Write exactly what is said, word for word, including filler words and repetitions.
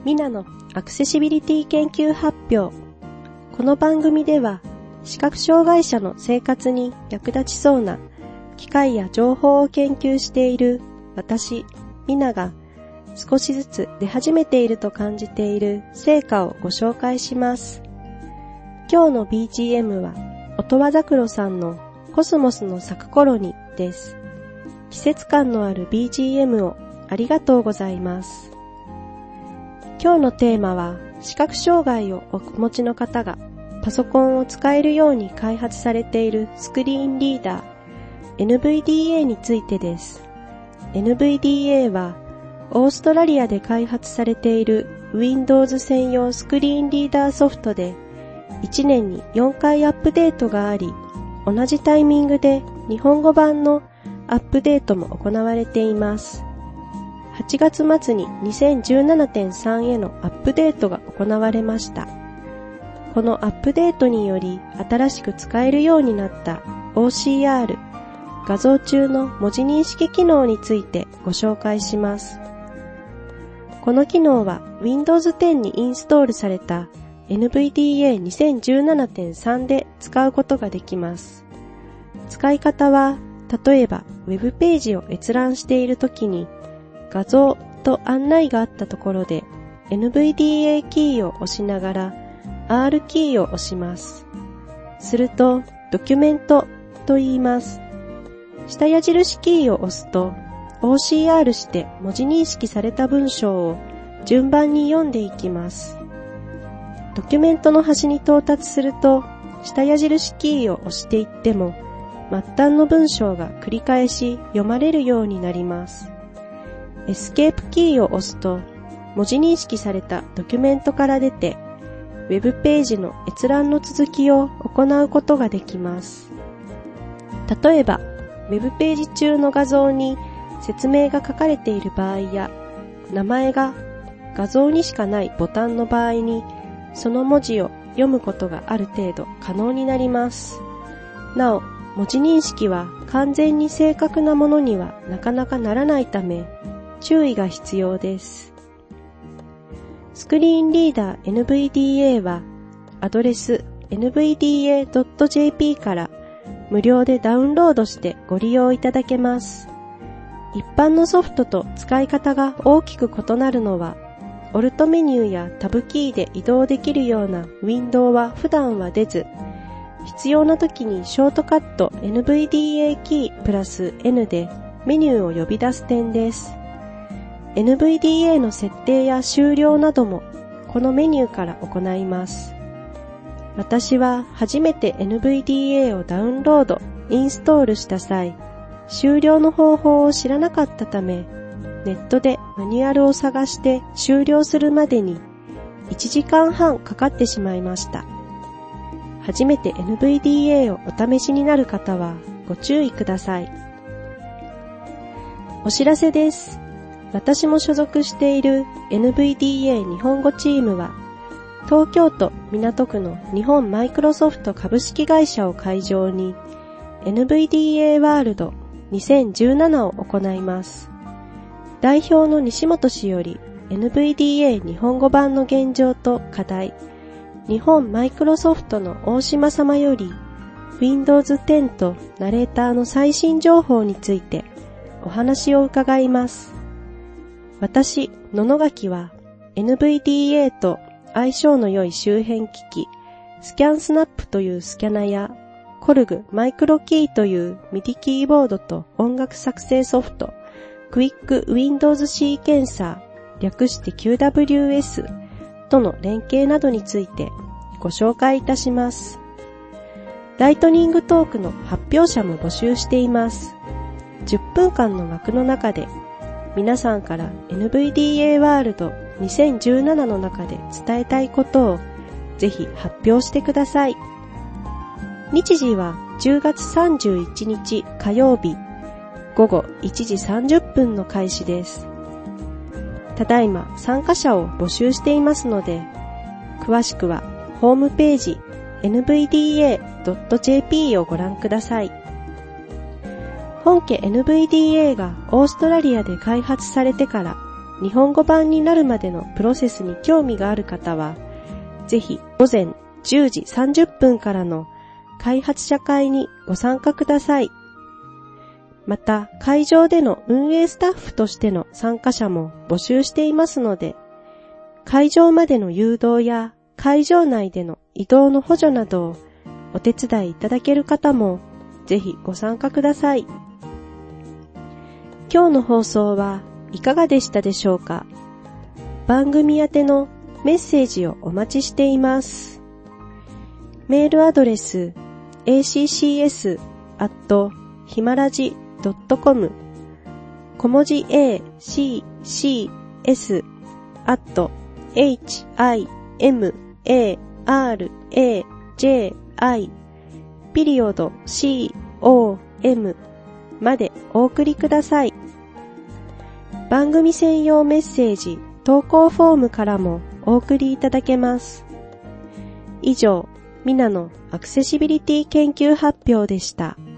ミナのアクセシビリティ研究発表。この番組では視覚障害者の生活に役立ちそうな機械や情報を研究している私、ミナが少しずつ出始めていると感じている成果をご紹介します。今日の ビージーエム は音羽桜さんのコスモスの咲く頃にです。季節感のある ビージーエム をありがとうございます。今日のテーマは視覚障害をお持ちの方がパソコンを使えるように開発されているスクリーンリーダー エヌブイディーエー についてです。エヌブイディーエー はオーストラリアで開発されている Windows 専用スクリーンリーダーソフトでいちねんによんかいアップデートがあり、同じタイミングで日本語版のアップデートも行われています。はちがつ末に にせんじゅうななてんさん へのアップデートが行われました。このアップデートにより新しく使えるようになった オーシーアール 画像中の文字認識機能についてご紹介します。この機能は ウィンドウズテン にインストールされた エヌブイディーエーにせんじゅうななてんさん で使うことができます。使い方は、例えばウェブページを閲覧しているときに画像と案内があったところで エヌブイディーエー キーを押しながら アール キーを押します。するとドキュメントと言います。下矢印キーを押すと オーシーアール して文字認識された文章を順番に読んでいきます。ドキュメントの端に到達すると下矢印キーを押していっても末端の文章が繰り返し読まれるようになります。エスケープキーを押すと文字認識されたドキュメントから出てウェブページの閲覧の続きを行うことができます。例えばウェブページ中の画像に説明が書かれている場合や名前が画像にしかないボタンの場合にその文字を読むことがある程度可能になります。なお、文字認識は完全に正確なものにはなかなかならないため注意が必要です。スクリーンリーダー エヌブイディーエー はアドレス エヌブイディーエードットジェーピー から無料でダウンロードしてご利用いただけます。一般のソフトと使い方が大きく異なるのは、オルトメニューやタブキーで移動できるようなウィンドウは普段は出ず、必要な時にショートカット エヌブイディーエー キープラス N でメニューを呼び出す点です。エヌブイディーエー の設定や終了などもこのメニューから行います。私は初めて エヌブイディーエー をダウンロード、インストールした際、終了の方法を知らなかったため、ネットでマニュアルを探して終了するまでにいちじかんはんかかってしまいました。初めて エヌブイディーエー をお試しになる方はご注意ください。お知らせです。私も所属している エヌブイディーエー 日本語チームは東京都港区の日本マイクロソフト株式会社を会場に エヌブイディーエー ワールドにせんじゅうななを行います。代表の西本氏より エヌブイディーエー 日本語版の現状と課題、日本マイクロソフトの大島様より ウィンドウズテン とナレーターの最新情報についてお話を伺います。私、野々垣は エヌブイディーエー と相性の良い周辺機器、スキャンスナップというスキャナやコルグマイクロキーというミディキーボードと音楽作成ソフト、クイック Windows シーケンサー、略して キューダブリューエス との連携などについてご紹介いたします。ライトニングトークの発表者も募集しています。じゅっぷんかんの枠の中で皆さんから エヌブイディーエー ワールドにせんじゅうななの中で伝えたいことをぜひ発表してください。日時はじゅうがつさんじゅういちにち火曜日ごごいちじさんじゅっぷんの開始です。ただいま参加者を募集していますので、詳しくはホームページ エヌブイディーエードットジェーピー をご覧ください。本家 エヌブイディーエー がオーストラリアで開発されてから日本語版になるまでのプロセスに興味がある方は、ぜひ午前じゅうじさんじゅっぷんからの開発者会にご参加ください。また、会場での運営スタッフとしての参加者も募集していますので、会場までの誘導や会場内での移動の補助などをお手伝いいただける方もぜひご参加ください。今日の放送はいかがでしたでしょうか？番組宛てのメッセージをお待ちしています。メールアドレス エーシーシーエス アット ヒマラジ ドット コム 小文字 エーシーシーエス アット エイチアイエムエーアールエージェーアイ ピリオド シーオーエム までお送りください。番組専用メッセージ投稿フォームからもお送りいただけます。以上、ミナのアクセシビリティ研究発表でした。